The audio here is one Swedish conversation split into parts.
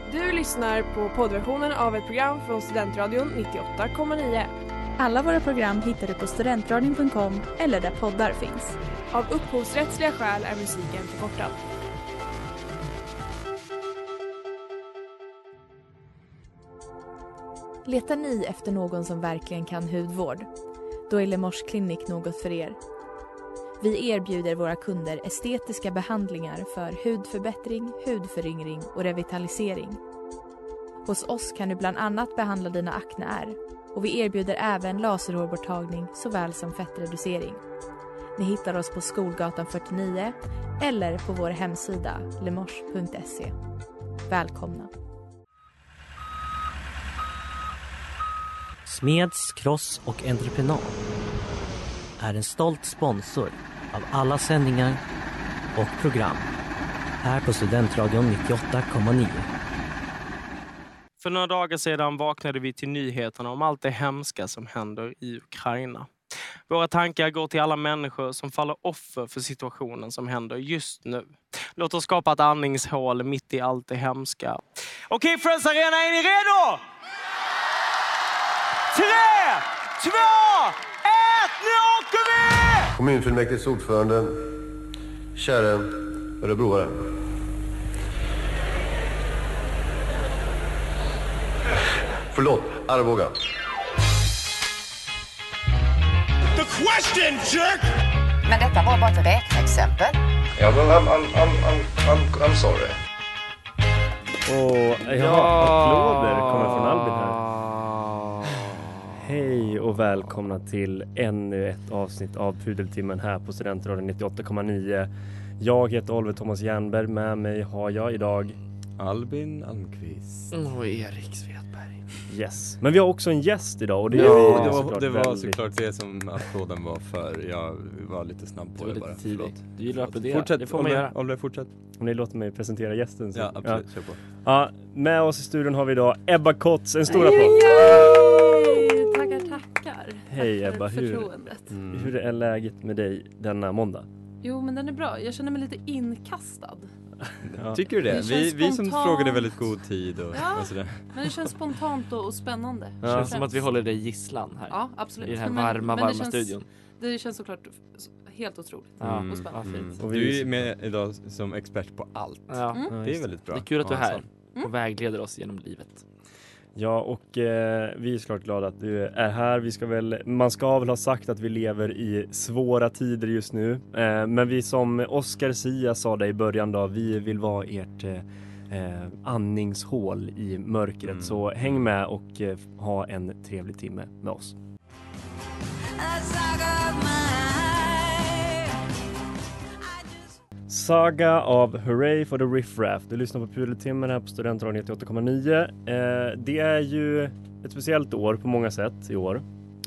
Du lyssnar på poddversionen av ett program från Studentradion 98,9. Alla våra program hittar du på studentradion.com eller där poddar finns. Av upphovsrättsliga skäl är musiken förkortad. Letar ni efter någon som verkligen kan hudvård? Då är Lemors klinik något för er. Vi erbjuder våra kunder estetiska behandlingar för hudförbättring, hudföryngring och revitalisering. Hos oss kan du bland annat behandla dina akneär och vi erbjuder även laserhårborttagning såväl som fettreducering. Ni hittar oss på Skolgatan 49 eller på vår hemsida lemors.se. Välkomna! Smeds, Cross och Entreprenad är en stolt sponsor av alla sändningar och program här på Studentradion 98,9. För några dagar sedan vaknade vi till nyheterna om allt det hemska som händer i Ukraina. Våra tankar går till alla människor som faller offer för situationen som händer just nu. Låt oss skapa ett andningshål mitt i allt det hemska. Okej, Friends Arena, är ni redo? 3, 2, 1, nu åker vi! Kommunfullmäktiges ordförande, kära örebroare. Förlåt, Arboga. The question, jerk! Men detta var bara ett räkneexempel. Ja, men I'm sorry. Och applåder kommer från Albin här. Hej och välkomna till ännu ett avsnitt av Pudeltimmen här på Studentradion 98,9. Jag heter Oliver Thomas Jernberg, med mig har jag idag Albin Almqvist och Erik Svedberg. Yes. Men vi har också en gäst idag och det var såklart det som applåden var för. Jag var lite snabb på det bara. Förlåt. Du gillar att applådera. Fortsätt, det får man göra. Oliver, fortsätt. Om ni låter mig presentera gästen så. Ja, absolut. Kör på. Ja, med oss i studion har vi idag Ebba Kotz. En stor applåd. Tackar. Hej Tack Ebba, hur är läget med dig denna måndag? Jo, men den är bra. Jag känner mig lite inkastad. Ja. Tycker du det? Vi som frågade väldigt god tid och sådär. Men det känns spontant och spännande. Det känns som att vi håller dig gisslan här. Ja, absolut. I den här varma studion. Det känns såklart helt otroligt och spännande. Och du är med idag som expert på allt. Ja. Det är väldigt bra. Det är kul att du är här och vägleder oss genom livet. Ja, och vi är såklart glada att du är här. Man ska väl ha sagt att vi lever i svåra tider just nu. Men vi, som Oscar Sia sa det i början då, vi vill vara ert andningshål i mörkret. Så häng med och ha en trevlig timme med oss. Saga av Hooray for the Riff Raff. Du lyssnar på Pudeltimmen här på Studentradion 98,9. Det är ju ett speciellt år på många sätt i år.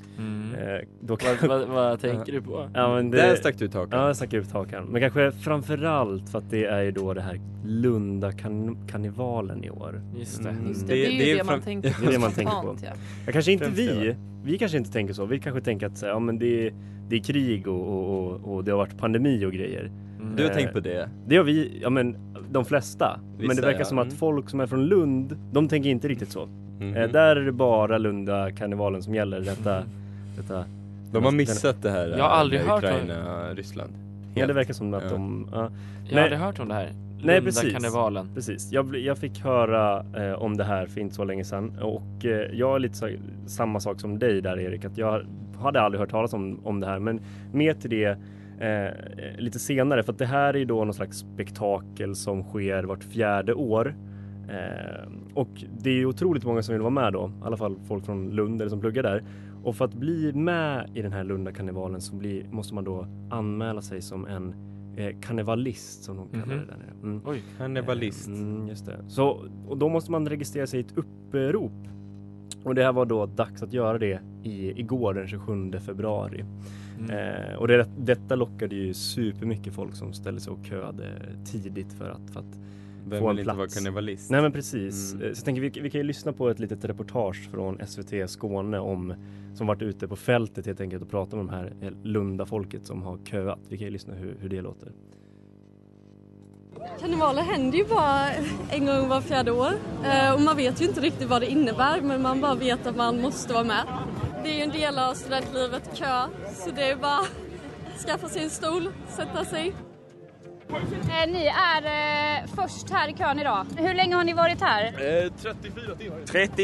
Vad tänker du på? Ja, men där stack du ut hakan. Ja, jag stack ut hakan. Men kanske framförallt för att det är ju då det här Lunda-karnevalen i år. Just det. Det är ju det man tänker på. Det är det man tänker på. Ja, kanske inte vi kanske inte tänker så. Vi kanske tänker att ja, men det är krig och det har varit pandemi och grejer. Du har tänkt på det? Det har vi, ja men de flesta. Men det verkar som att folk som är från Lund, de tänker inte riktigt så. Där är det bara Lunda-karnevalen som gäller detta. De har missat det här. Jag har aldrig hört Ukraina, Ryssland. Ja, det verkar som att de... Jag har aldrig hört om det här. Nej, Lunda-karnevalen. Precis. Jag fick höra om det här för inte så länge sedan. Och jag är lite samma sak som dig där, Erik. Att jag hade aldrig hört talas om det här. Men mer till det lite senare. För att det här är då någon slags spektakel som sker vart 4:e år. Och det är otroligt många som vill vara med då. I alla fall folk från Lund eller som pluggar där. Och för att bli med i den här Lunda-karnevalen så måste man då anmäla sig som en karnevalist som de kallar det där nere. Oj, karnevalist. Just det. Så, och då måste man registrera sig i ett upprop. Och det här var då dags att göra det igår den 27 februari. Och detta lockade ju supermycket folk som ställde sig och köade tidigt för att vem få en vill plats. Inte vara karnevalist? Nej, men precis. Så jag tänker vi kan ju lyssna på ett litet reportage från SVT Skåne som varit ute på fältet helt enkelt och pratat med de här Lunda-folket som har köat. Vi kan ju lyssna hur det låter. Karnevaler händer ju bara en gång var 4:e år. Och man vet ju inte riktigt vad det innebär, men man bara vet att man måste vara med. Det är ju en del av studentlivet, kö, så det är bara skaffa sig en stol, sätta sig. Ni är först här i kön idag. Hur länge har ni varit här? 34 timmar.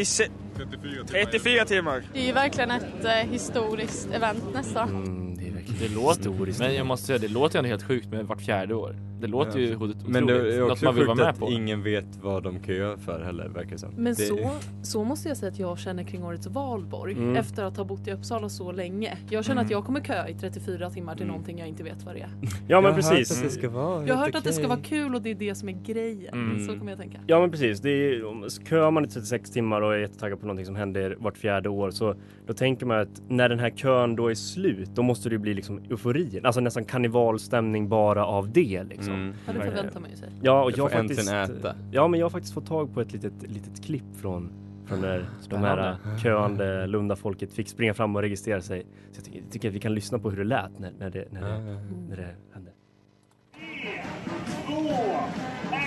34 timmar. Det är ju verkligen ett historiskt event nästan. Det låter, men jag måste säga, det låter ju helt sjukt med vart 4:e år. Det låter ju otroligt. Men det är också man vill sjukt vara med att på. ingen vet vad de köar för heller, verkar som. Men så måste jag säga att jag känner kring årets valborg efter att ha bott i Uppsala så länge. Jag känner att jag kommer köa i 34 timmar till någonting jag inte vet vad det är. Ja, men precis. Att det ska vara jag har hört att det ska vara kul och det är det som är grejen. Så kommer jag tänka. Ja, men precis. Det är, köar man i 36 timmar och är jättetaggad på någonting som händer vart 4:e år, så då tänker man att när den här kön då är slut, då måste det bli liksom eufori. Alltså nästan karnevalstämning bara av det liksom. Ja, det förväntar man ju sig. Ja, och jag faktiskt äta. Ja, men jag har faktiskt fått tag på ett litet klipp från när de här köande Lundafolket fick springa fram och registrera sig. Så jag tycker att vi kan lyssna på hur det lät när det hände. 2, 1.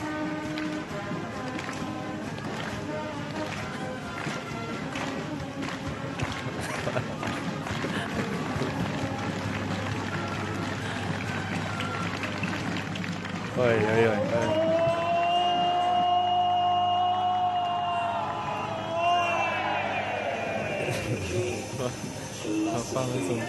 Oj. Vad fan är det?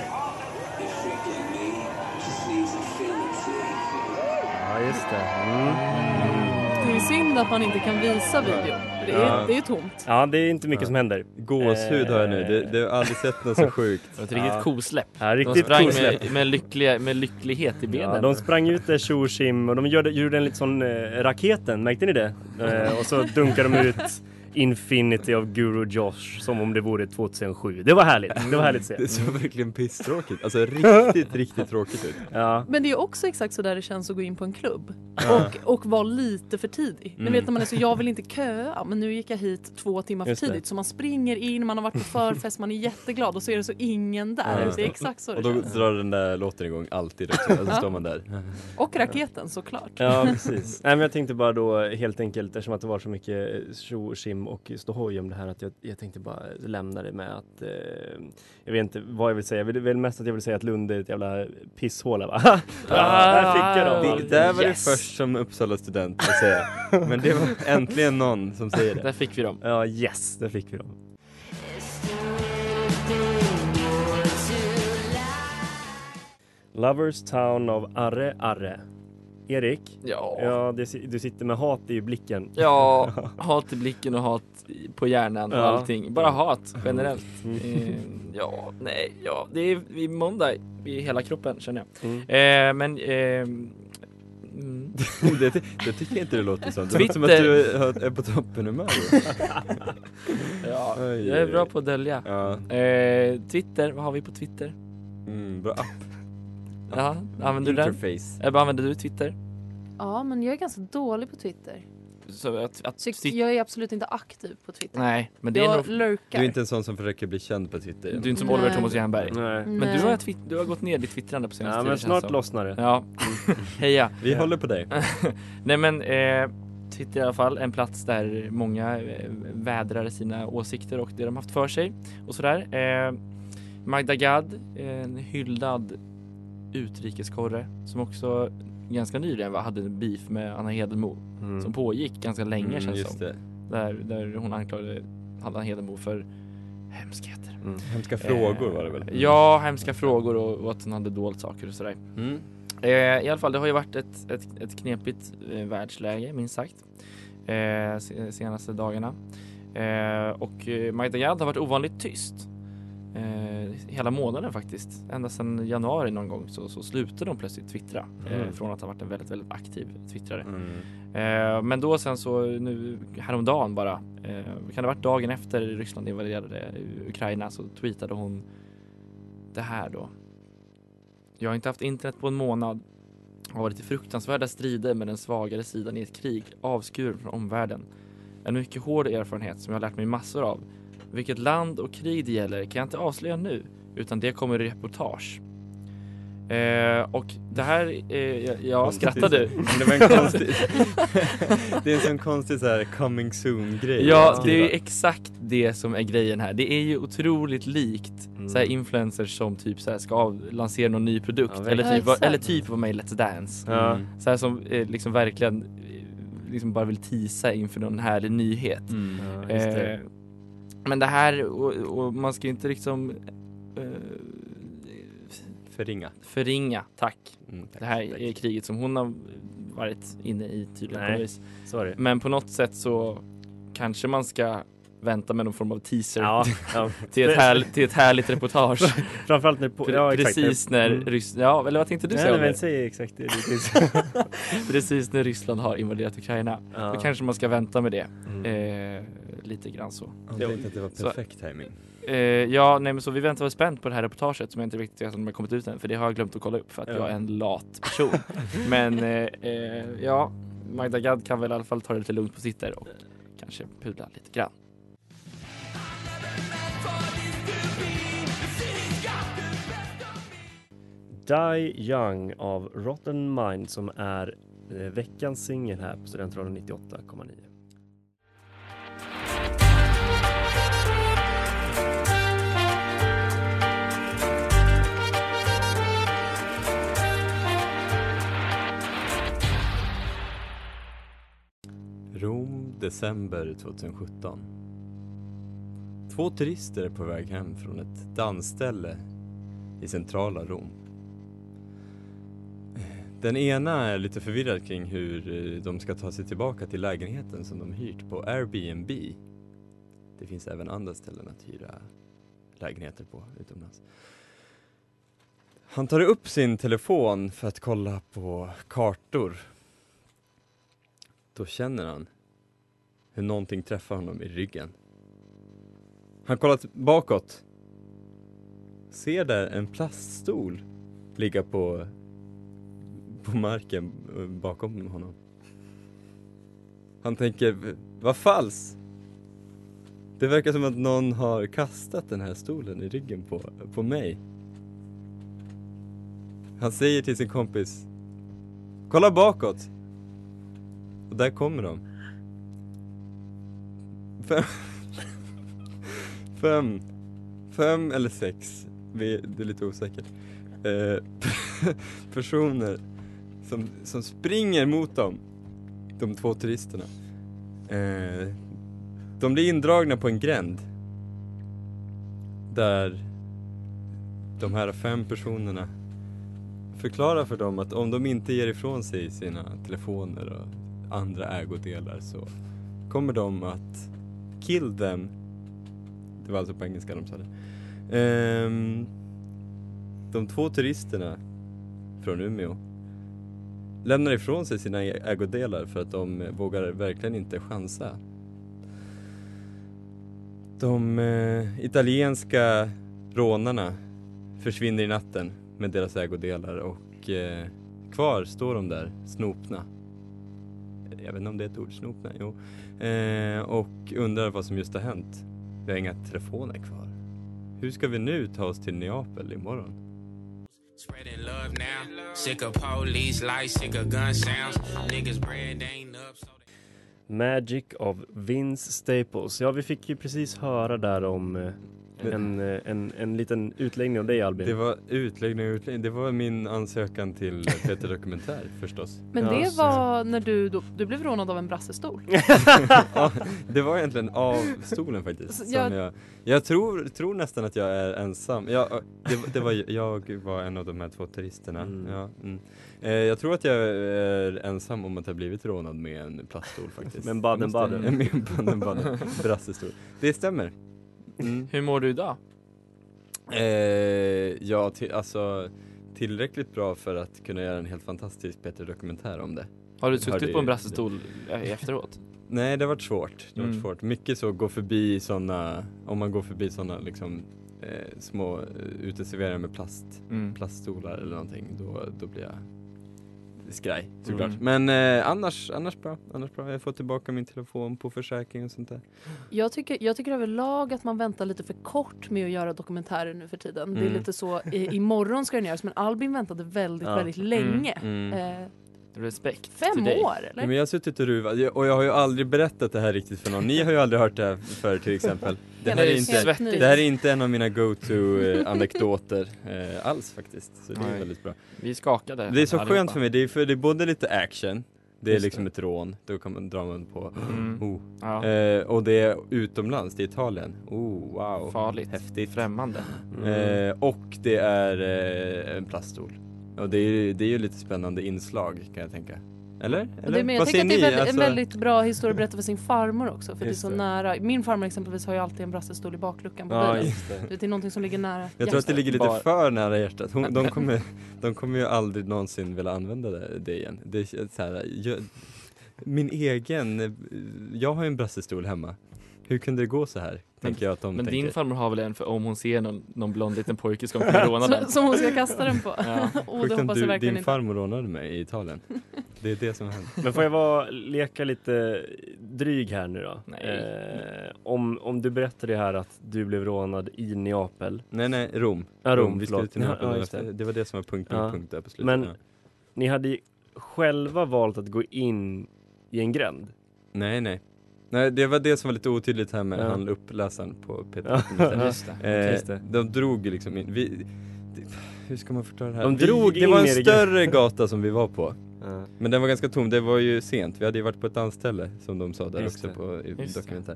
Ja, just det. Det är synd att man inte kan visa videon. Det är tomt. Ja, det är inte mycket som händer. Gåshud har jag nu. Det har aldrig sett något så sjukt. Det var ett riktigt kosläpp. Ja, de sprang med lycklighet i benen. Ja, de sprang ut där tjosim och de gjorde en lite sån raketen, märkte ni det? Och så dunkade de ut Infinity of Guru Josh som om det vore 2007. Det var härligt. Det var härligt att se. Det såg verkligen pisstråkigt. Alltså riktigt tråkigt ut. Ja. Men det är också exakt så där det känns att gå in på en klubb. Och vara lite för tidig. Ni vet när man är så, jag vill inte köa, men nu gick jag hit 2 timmar för tidigt. Så man springer in, man har varit på förfest, man är jätteglad och så är det så ingen där. Det är exakt så det känns. Och då drar den där låten igång alltid också. Alltså står man där. Och raketen såklart. Ja, precis. Nej, men jag tänkte bara då helt enkelt, eftersom att det var så mycket tjo-sim och ståhoj om det här, att jag tänkte bara lämna det med att jag vet inte vad jag vill säga. Jag vill mest att jag vill säga att Lund är ett jävla pisshåla, va? Där fick jag dem. Det där var det först som Uppsala student att säga. Men det var äntligen någon som säger det. Där fick vi dem. Ja, yes, där fick vi dem. Lovers Town of Arre. Erik? Ja, du sitter med hat i blicken. Ja, hat i blicken och hat på hjärnan och allting. Bara hat, generellt. Det är måndag i hela kroppen, känner jag. Det tycker jag inte det låter som. Det låter som att du är på toppen humör. Ja, jag är bra på att dölja. Ja. Twitter, vad har vi på Twitter? Bra app. Ja, använder du Interface. den? Använder du Twitter? Ja, men jag är ganska dålig på Twitter. Så jag är absolut inte aktiv på Twitter. Nej, men det är lurkar. Du är inte en sån som försöker bli känd på Twitter. Du är inte som Oliver Thomas Jernberg. Nej. Men du har gått ner ditt twittrande på senaste tiden. Ja, men snart lossnar det. Ja, heja. Vi håller på dig. Nej, men Twitter i alla fall, en plats där många vädrar sina åsikter och det de haft för sig och sådär. Magda Gad, en hyllad utrikeskorre som också ganska nyligen hade en beef med Anna Hedenmo som pågick ganska länge, känns som. Där hon anklagade Anna Hedenmo för hemskheter. Hemska frågor var det väl? Ja, hemska frågor och att hon hade dolt saker och sådär. I alla fall, det har ju varit ett knepigt världsläge, minst sagt, senaste dagarna. Och Magda Gad har varit ovanligt tyst. Hela månaden faktiskt. Ända sedan januari någon gång så slutade de plötsligt twittra. Från att ha varit en väldigt, väldigt aktiv twittrare. Men då sen så nu häromdagen bara, kan det ha varit dagen efter Ryssland invaderade Ukraina, så tweetade hon det här då. Jag har inte haft internet på en månad. Har varit i fruktansvärda strider med den svagare sidan i ett krig, avskuren från omvärlden. En mycket hård erfarenhet som jag har lärt mig massor av. Vilket land och krig det gäller kan jag inte avslöja nu, utan det kommer i reportage. Och det här, jag skrattade. Det var en konstig, det är en sån konstig så här coming soon-grej. Ja, det är ju exakt det som är grejen här. Det är ju otroligt likt så här influencers som typ så här ska lansera någon ny produkt. Ja, eller typ var med i Let's Dance. Så här som liksom verkligen liksom bara vill teasa inför någon härlig nyhet. Men det här, och man ska ju inte liksom förringa, tack. Det här är kriget som hon har varit inne i tydligen på något vis. Sorry. Men på något sätt så kanske man ska vänta med någon form av teaser till ett härligt reportage. Framförallt när precis när Ryssland, eller vad tänkte du säga? Nej, säg exakt det. Precis när Ryssland har invaderat Ukraina. Då kanske man ska vänta med det. Lite grann så. Jag tänkte att det var perfekt timing. Men så vi väntar väl spänt på det här reportaget som jag inte riktigt vet om det har kommit ut än, för det har jag glömt att kolla upp för att jag är en lat person. Men Magda Gad kan väl i alla fall ta det lite lugnt på sitter och kanske pudla lite grann. Die Young av Rotten Mind som är veckans singel här på Studentradion 98,9. Rom, december 2017. 2 turister är på väg hem från ett dansställe i centrala Rom. Den ena är lite förvirrad kring hur de ska ta sig tillbaka till lägenheten som de hyrt på Airbnb. Det finns även andra ställen att hyra lägenheter på utomlands. Han tar upp sin telefon för att kolla på kartor. Då känner han hur någonting träffar honom i ryggen. Han kollar bakåt. Ser där en plaststol ligga på marken bakom honom. Han tänker, vad falskt. Det verkar som att någon har kastat den här stolen i ryggen på mig. Han säger till sin kompis, kolla bakåt. Och där kommer de. 5 eller 6. Det är lite osäkert. Personer som springer mot dem. De 2 turisterna. De blir indragna på en gränd. Där de här 5 personerna förklarar för dem att om de inte ger ifrån sig sina telefoner och andra ägodelar så kommer de att kill them. Det var alltså på engelska de sa det. De 2 turisterna från Umeå lämnar ifrån sig sina ägodelar för att de vågar verkligen inte chansa. De italienska rånarna försvinner i natten med deras ägodelar och kvar står de där snopna. Jag vet inte om det är ett ord, snopna. Jo. Och undrar vad som just har hänt. Vi har inga telefoner kvar. Hur ska vi nu ta oss till Neapel imorgon? Magic of Vince Staples. Ja, vi fick ju precis höra där om en liten utläggning av dig, Albin. Det var utläggning. Det var min ansökan till Peter Dokumentär förstås. Men det var när du blev rånad av en brassestol. Ja, det var egentligen av stolen faktiskt. Jag tror nästan att jag är ensam. Jag var en av de här 2 turisterna. Jag tror att jag är ensam om att ha blivit rånad med en plaststol faktiskt. Men Baden-Baden. Med en Baden-Baden brassestol. Det stämmer. Hur mår du idag? Tillräckligt bra för att kunna göra en helt fantastisk Peter Dokumentär om det. Har du suttit på en brassestol efteråt? Nej, det har varit svårt. Mycket så gå förbi såna, om man går förbi såna liksom små uteserveringar med plaststolar eller någonting, då blir jag skraj såklart. Men annars bra. Jag har fått tillbaka min telefon på försäkring och sånt där. Jag tycker överlag att man väntar lite för kort med att göra dokumentärer nu för tiden. Det är lite så, imorgon ska den göras, men Albin väntade väldigt länge. Respekt. 5 år, eller? Ja, men jag har suttit och ruvat och jag har ju aldrig berättat det här riktigt för någon. Ni har ju aldrig hört det här för till exempel. Det här är inte en av mina go-to-anekdoter alls faktiskt. Så det är väldigt bra. Vi skakade. Det är så skönt för mig. Det är både lite action. Det är liksom ett rån. Då kan man dra man på. Och det är utomlands. Det är Italien. Wow. Farligt. Häftigt. Främmande. Och det är en plaststol. Och det är ju lite spännande inslag kan jag tänka. Eller? Jag tänker att det är en väldigt bra historia att berätta för sin farmor också. För det är så nära. Min farmor exempelvis har ju alltid en brassestol i bakluckan på bilen. Det är någonting som ligger nära. Jag tror att det ligger lite för nära hjärtat. De kommer ju aldrig någonsin vilja använda det igen. Det är så här, jag har ju en brassestol hemma. Hur kunde det gå så här? Tänker jag att de tänker. Din farmor har väl en för om hon ser någon blond liten pojke som kan råna den. Som hon ska kasta den på. Din farmor rånade mig i Italien. Det är det som händer. Men får jag leka lite dryg här nu då? Nej. Om du berättade här att du blev rånad i Neapel. Nej, Rom. Rom, vi skulle till Neapel. Det var det som var punkt där på slutet. Men ni hade ju själva valt att gå in i en gränd. Nej, det var det som var lite otydligt här med han uppläsaren på Peter. Just det. De drog liksom in. Hur ska man förklara det här? Det var en större gata som vi var på. Men den var ganska tom. Det var ju sent. Vi hade ju varit på ett dansställe som de sa där också på dokumentär.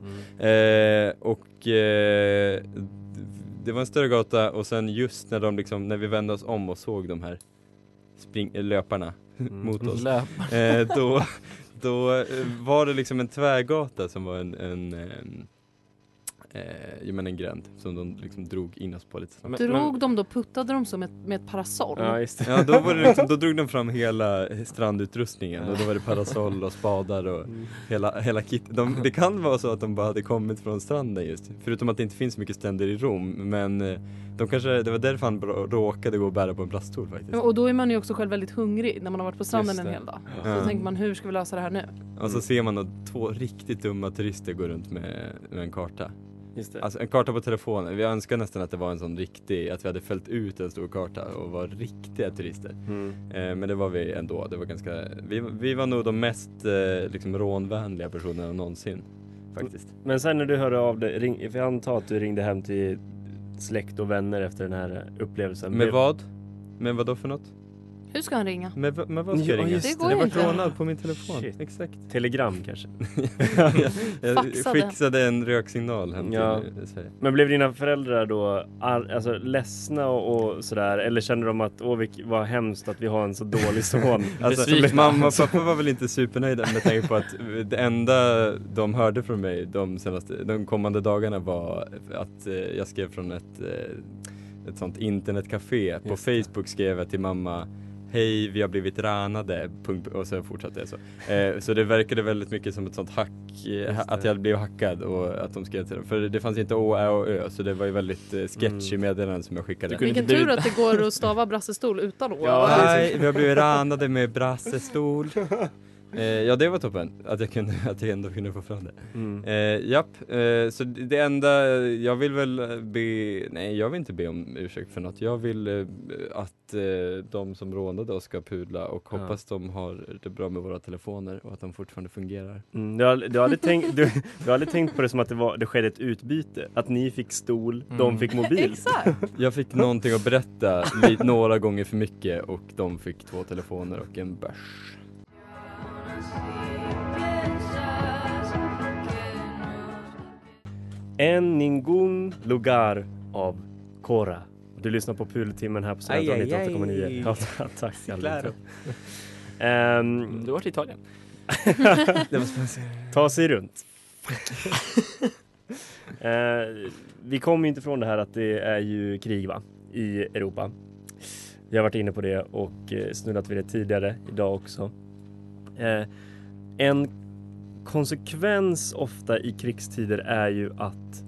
Det var en större gata och sen just när vi vände oss om och såg de här löparna mot oss. Då var det liksom en tvärgata som var en gränd som de liksom drog in oss på lite snabbt. Puttade de så med ett parasoll? Ja, just det. Ja, då var det liksom, då drog de fram hela strandutrustningen och då var det parasoll och spadar och hela kit. Det kan vara så att de bara hade kommit från stranden just. Förutom att det inte finns mycket stränder i Rom, men det var därför han råkade gå och bära på en plaststol faktiskt. Och då är man ju också själv väldigt hungrig när man har varit på stranden en hel dag. Ja. Så tänker man, hur ska vi lösa det här nu? Och så ser man att 2 riktigt dumma turister går runt med en karta. Just det. Alltså en karta på telefonen. Vi önskar nästan att det var en sån riktig, att vi hade följt ut en stor karta och var riktiga turister. Men det var vi ändå. Det var ganska, vi var nog de mest liksom rånvänliga personerna någonsin faktiskt. Men sen när du hörde av dig, för jag antar att du ringde hem till släkt och vänner efter den här upplevelsen. Med vad? Men vad då för något? Hur ska han ringa? Men vad ska jag ringa? Det går jag var inte. rånad på min telefon. Shit. Exakt. Telegram kanske. jag fixade en röksignal hem till Sverige. Men blev dina föräldrar då ledsna och sådär? Eller kände de att vad hemskt att vi har en så dålig son? Mamma och pappa var väl inte supernöjda med tanke på att det enda de hörde från mig de kommande dagarna var att jag skrev från ett sånt internetcafé. På Facebook skrev jag till mamma: hej, vi har blivit ränade. Och så fortsatte jag så. Så det verkade väldigt mycket som ett sånt hack. Att jag blev hackad och att de skrev till dem. För det fanns inte Å, Ä och Ö. Så det var ju väldigt sketchy meddelanden som jag skickade. Vilken tur att det går att stava brassestol utan Å. Nej, vi har blivit ränade med brassestol. Ja, det var toppen att jag ändå kunde få fram det. Så det enda jag vill jag vill inte be om ursäkt för något. Jag vill att de som rånade oss ska pudla och hoppas de har det bra med våra telefoner och att de fortfarande fungerar. Du har aldrig tänkt på det som att det skedde ett utbyte, att ni fick stol, de fick mobil. Exakt. Jag fick någonting att berätta några gånger för mycket och de fick 2 telefoner och en bärs. En ningún lugar av Cora. Du lyssnar på Pultimmen här på Södra 98,9. Ja, tack. Du var i Italien. Det var spännande. Ta sig runt. Vi kommer inte från det här att det är ju krig i Europa. Vi har varit inne på det och snuddat vid det tidigare idag också. En konsekvens ofta i krigstider är ju att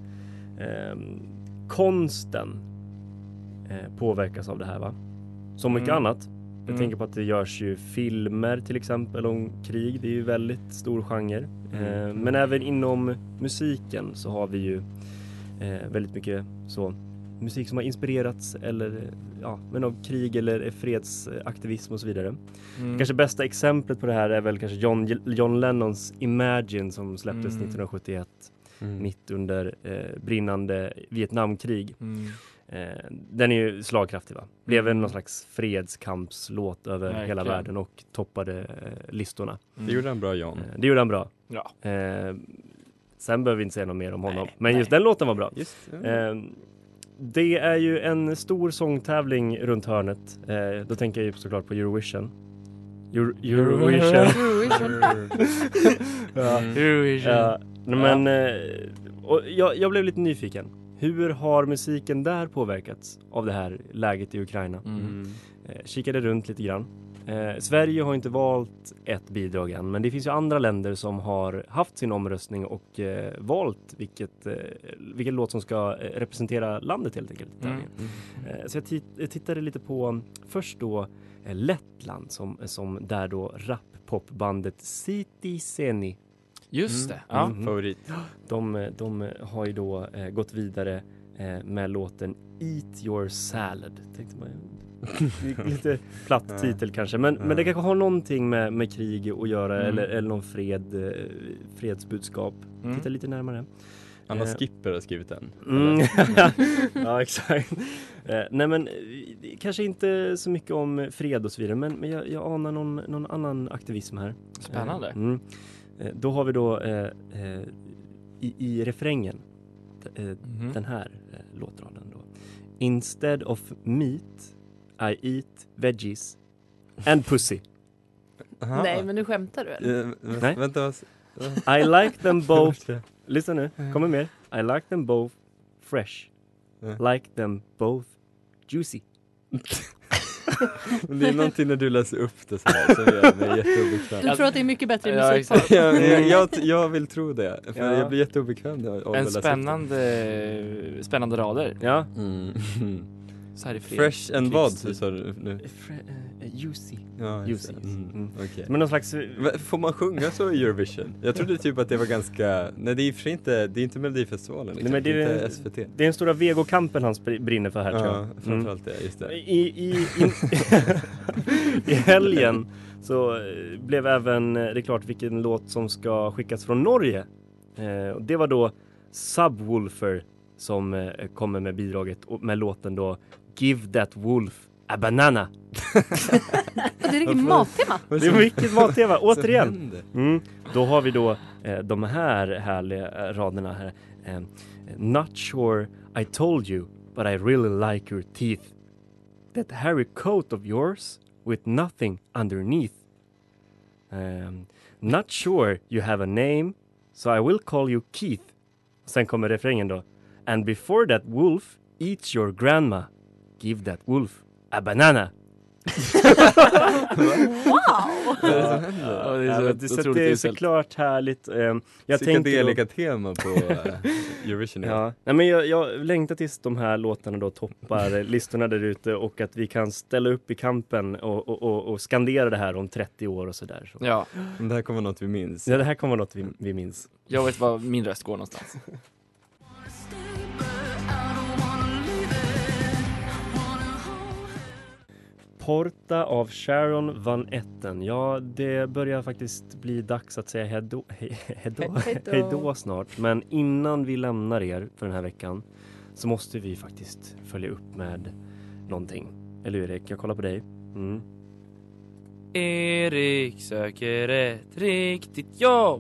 konsten påverkas av det här, va? Som mycket annat Jag tänker på att det görs ju filmer till exempel om krig. Det är ju väldigt stor genre. Men även inom musiken så har vi ju väldigt mycket så musik som har inspirerats eller men av krig eller fredsaktivism och så vidare. Kanske bästa exemplet på det här är väl kanske John Lennons Imagine som släpptes 1971 mitt under brinnande Vietnamkrig. Den är ju slagkraftig, va? Blev någon slags fredskampslåt över hela världen och toppade listorna. Det gjorde han bra, John. Det gjorde han bra. Ja. Sen behöver vi inte säga något mer om honom. Men just den låten var bra. Det är ju en stor sångtävling runt hörnet. Då tänker jag ju såklart på Eurovision. Eurovision. Ja. Men och jag blev lite nyfiken. Hur har musiken där påverkats av det här läget i Ukraina? Kikade runt lite grann. Sverige har inte valt ett bidrag än, men det finns ju andra länder som har haft sin omröstning och valt vilken låt som ska representera landet helt enkelt. Så jag tittade lite på först då Lettland som där då rap-popbandet City Seni. Just det, favorit. De har ju då gått vidare med låten Eat Your Salad. Tänkte man lite platt titel kanske, men det kanske har någonting med krig att göra eller någon fredsbudskap. Titta lite närmare. Anna Skipper har skrivit den. Ja, exakt. Nej, men kanske inte så mycket om fred och så vidare, men jag anar någon annan aktivism här. Spännande. Då har vi då i refrängen den här låtraden då. Instead of meat I eat veggies and pussy. Aha. Nej, men nu skämtar du eller? Nej. Vänta. I like them both. Lyssna nu, kommer mer. I like them both fresh. Like them both juicy. Men det är någonting när du läser upp det så här som gör mig jätteobekväm. Du tror att det är mycket bättre i musik? Jag vill tro det. För jag blir jätteobekväm av en spännande rader. Ja. Så här är fresh and vad sa du nu? Juicy. Ja, juicy. Okay. Men någon slags... Får man sjunga så i Eurovision? Jag trodde typ att det var ganska... Nej, det är för inte, det är inte Melodifestivalen. Liksom. Nej, men det är inte SVT. Det är den stora vegokampen han brinner för här, tror jag. Framförallt det, just det. I helgen så blev även det klart vilken låt som ska skickas från Norge. Det var då Subwoofer som kommer med bidraget med låten då Give That Wolf a Banana. Det är riktigt mattema. Det är mycket mattema, återigen. Då har vi då de här härliga raderna här. Not sure I told you, but I really like your teeth. That hairy coat of yours with nothing underneath. Not sure you have a name, so I will call you Keith. Sen kommer refrängen då. And before that wolf eats your grandma, give that wolf a banana. Wow! Det är såklart härligt. Jag tänkte tema på Eurovision. Ja. Nej, men jag längtar tills de här låtarna då toppar listorna där ute och att vi kan ställa upp i kampen och skandera det här om 30 år och sådär. Så. Ja. Det här kommer något vi minns. Ja, det här kommer något vi minns. Jag vet var min röst går någonstans. Porta av Sharon Van Etten. Ja, det börjar faktiskt bli dags att säga hejdå snart. Men innan vi lämnar er för den här veckan så måste vi faktiskt följa upp med någonting. Eller hur, Erik? Jag kollar på dig. Erik söker ett riktigt jobb.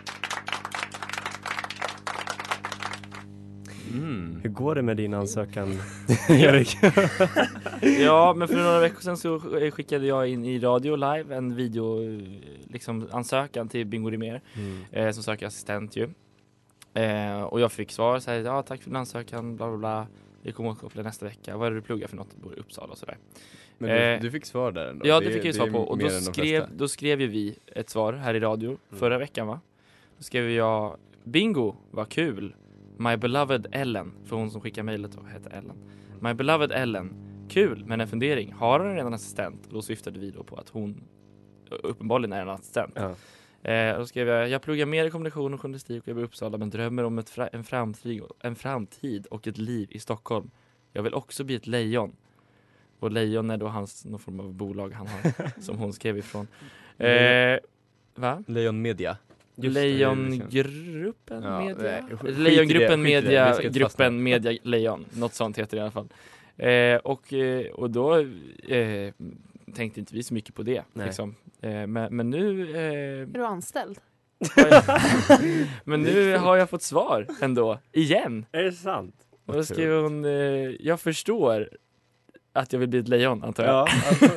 Hur går det med din ansökan, Erik? Ja, men för några veckor sedan så skickade jag in i Radio Live en video ansökan till Bingo Rimér som söker assistent ju. Och jag fick svar så här, ja tack för din ansökan, bla bla bla. Vi kommer att koppla nästa vecka. Vad är det du pluggar för något? Du bor i Uppsala och sådär. Men du fick svar där ändå? Ja, det fick jag svar på. Och då skrev ju vi ett svar här i radio förra veckan, va? Då skrev jag, Bingo, vad kul. My beloved Ellen, för hon som skickade mejlet heter Ellen. My beloved Ellen, kul, men en fundering. Har hon redan en assistent? Och då syftade vi då på att hon uppenbarligen är en assistent. Då skrev jag pluggar mer i kommunikation och journalistik och jag bor i Uppsala, men drömmer om en framtid och ett liv i Stockholm. Jag vill också bli ett lejon. Och lejon är då någon form av bolag han har, som hon skrev ifrån. Va? Lejon Media. Lejongruppen Media. Lejongruppen Media, gruppen Media Lejon. Något sånt heter det i alla fall. Och då tänkte inte vi så mycket på det. Liksom. Men nu... Är du anställd? Men nu har jag fått svar ändå. Igen. Är det sant? Och då skrev hon, jag förstår att jag vill bli ett lejon, antar jag.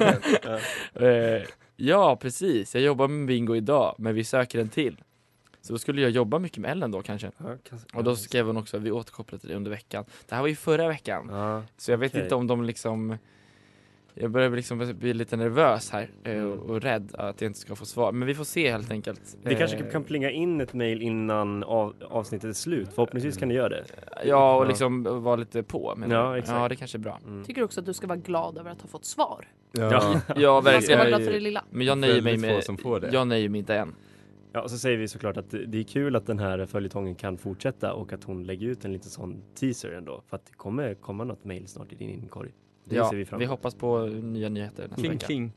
Ja, precis. Jag jobbar med bingo idag, men vi söker en till. Så då skulle jag jobba mycket med Ellen då kanske. Och då skrev hon också att vi återkopplar till det under veckan. Det här var ju förra veckan. Så jag vet inte om de liksom... Jag börjar liksom bli lite nervös här och rädd att jag inte ska få svar. Men vi får se helt enkelt. Vi kanske kan plinga in ett mejl innan avsnittet är slut. Förhoppningsvis kan ni göra det. Ja, och liksom vara lite på. Ja, exakt. Ja, det kanske är bra. Tycker också att du ska vara glad över att ha fått svar. Ja, verkligen. Man ska vara glad för det lilla. Men jag nöjer mig med... Jag nöjer mig inte än. Ja, och så säger vi såklart att det är kul att den här följetongen kan fortsätta och att hon lägger ut en liten sån teaser ändå. För att det kommer komma något mejl snart i din inkorg. Det ser vi hoppas på nya nyheter nästa vecka. Kling.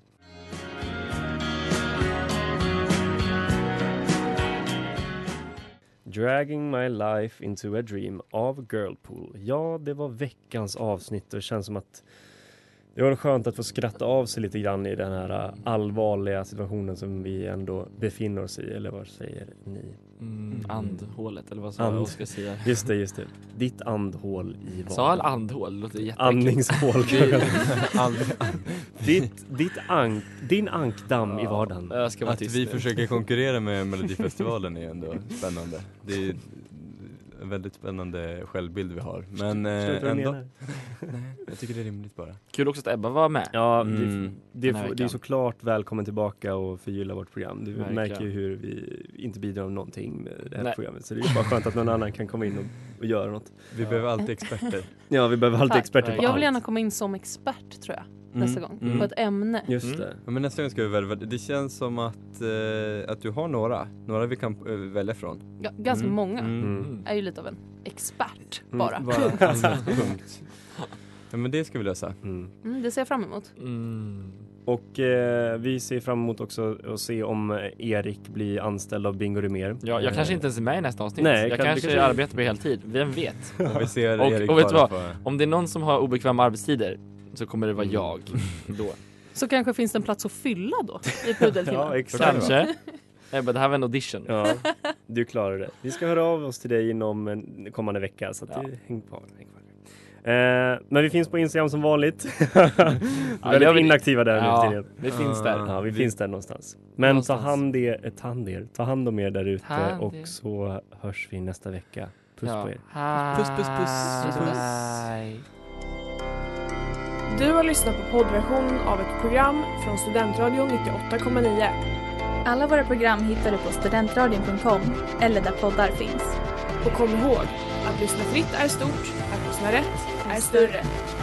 Dragging My Life Into A Dream av Girlpool. Ja, det var veckans avsnitt och det känns som att det var skönt att få skratta av sig lite grann i den här allvarliga situationen som vi ändå befinner oss i. Eller vad säger ni? Andhålet, eller vad sa jag ska säga? Just det. Ditt andhål i vardagen. Sa all andhål? Det låter jätteäckligt. Andningshål. Din ankdamm i vardagen. Att vi försöker konkurrera med Melodifestivalen är ändå spännande. Det är en väldigt spännande självbild vi har. Men ändå... Nej, jag tycker det är rimligt bara. Kul också att Ebba var med. Ja, det är såklart välkommen tillbaka och förgylla vårt program. Du märker ju hur vi inte bidrar med någonting med det här programmet. Så det är bara skönt att någon annan kan komma in och göra något. Vi behöver alltid experter. Ja, vi behöver alltid experter på allt. Jag vill gärna komma in som expert, tror jag. Nästa gång, på ett ämne. Just det. Men nästa gång ska vi välja. Det känns som att du har några vi kan välja från. Ja, ganska många. Är ju lite av en expert bara. Punkt. Ja, men det ska vi lösa. Det ser jag fram emot. Och vi ser fram emot också att se om Erik blir anställd av Bingo Rimér. Ja, jag kanske inte ens är med i nästa avsnitt. Nej, jag kanske arbetar på heltid. Vem vet? Vi ser Erik och vet du vad? Om det är någon som har obekväma arbetstider så kommer det vara jag då. Så kanske finns det en plats att fylla då i pudeltimmen. Ja, exakt. Kanske. Det här var en audition. Ja, du klarar det. Vi ska höra av oss till dig inom en kommande vecka. Så att häng kvar. Men vi finns på Instagram som vanligt. Väldigt inaktiva där nu till det. Vi finns där. Ja, vi finns där någonstans. Men ta hand om er där ute och så hörs vi nästa vecka. Puss på er. Puss. Du har lyssnat på poddversionen av ett program från Studentradion 98,9. Alla våra program hittar du på studentradion.com eller där poddar finns. Och kom ihåg, att lyssna fritt är stort, att lyssna rätt är större.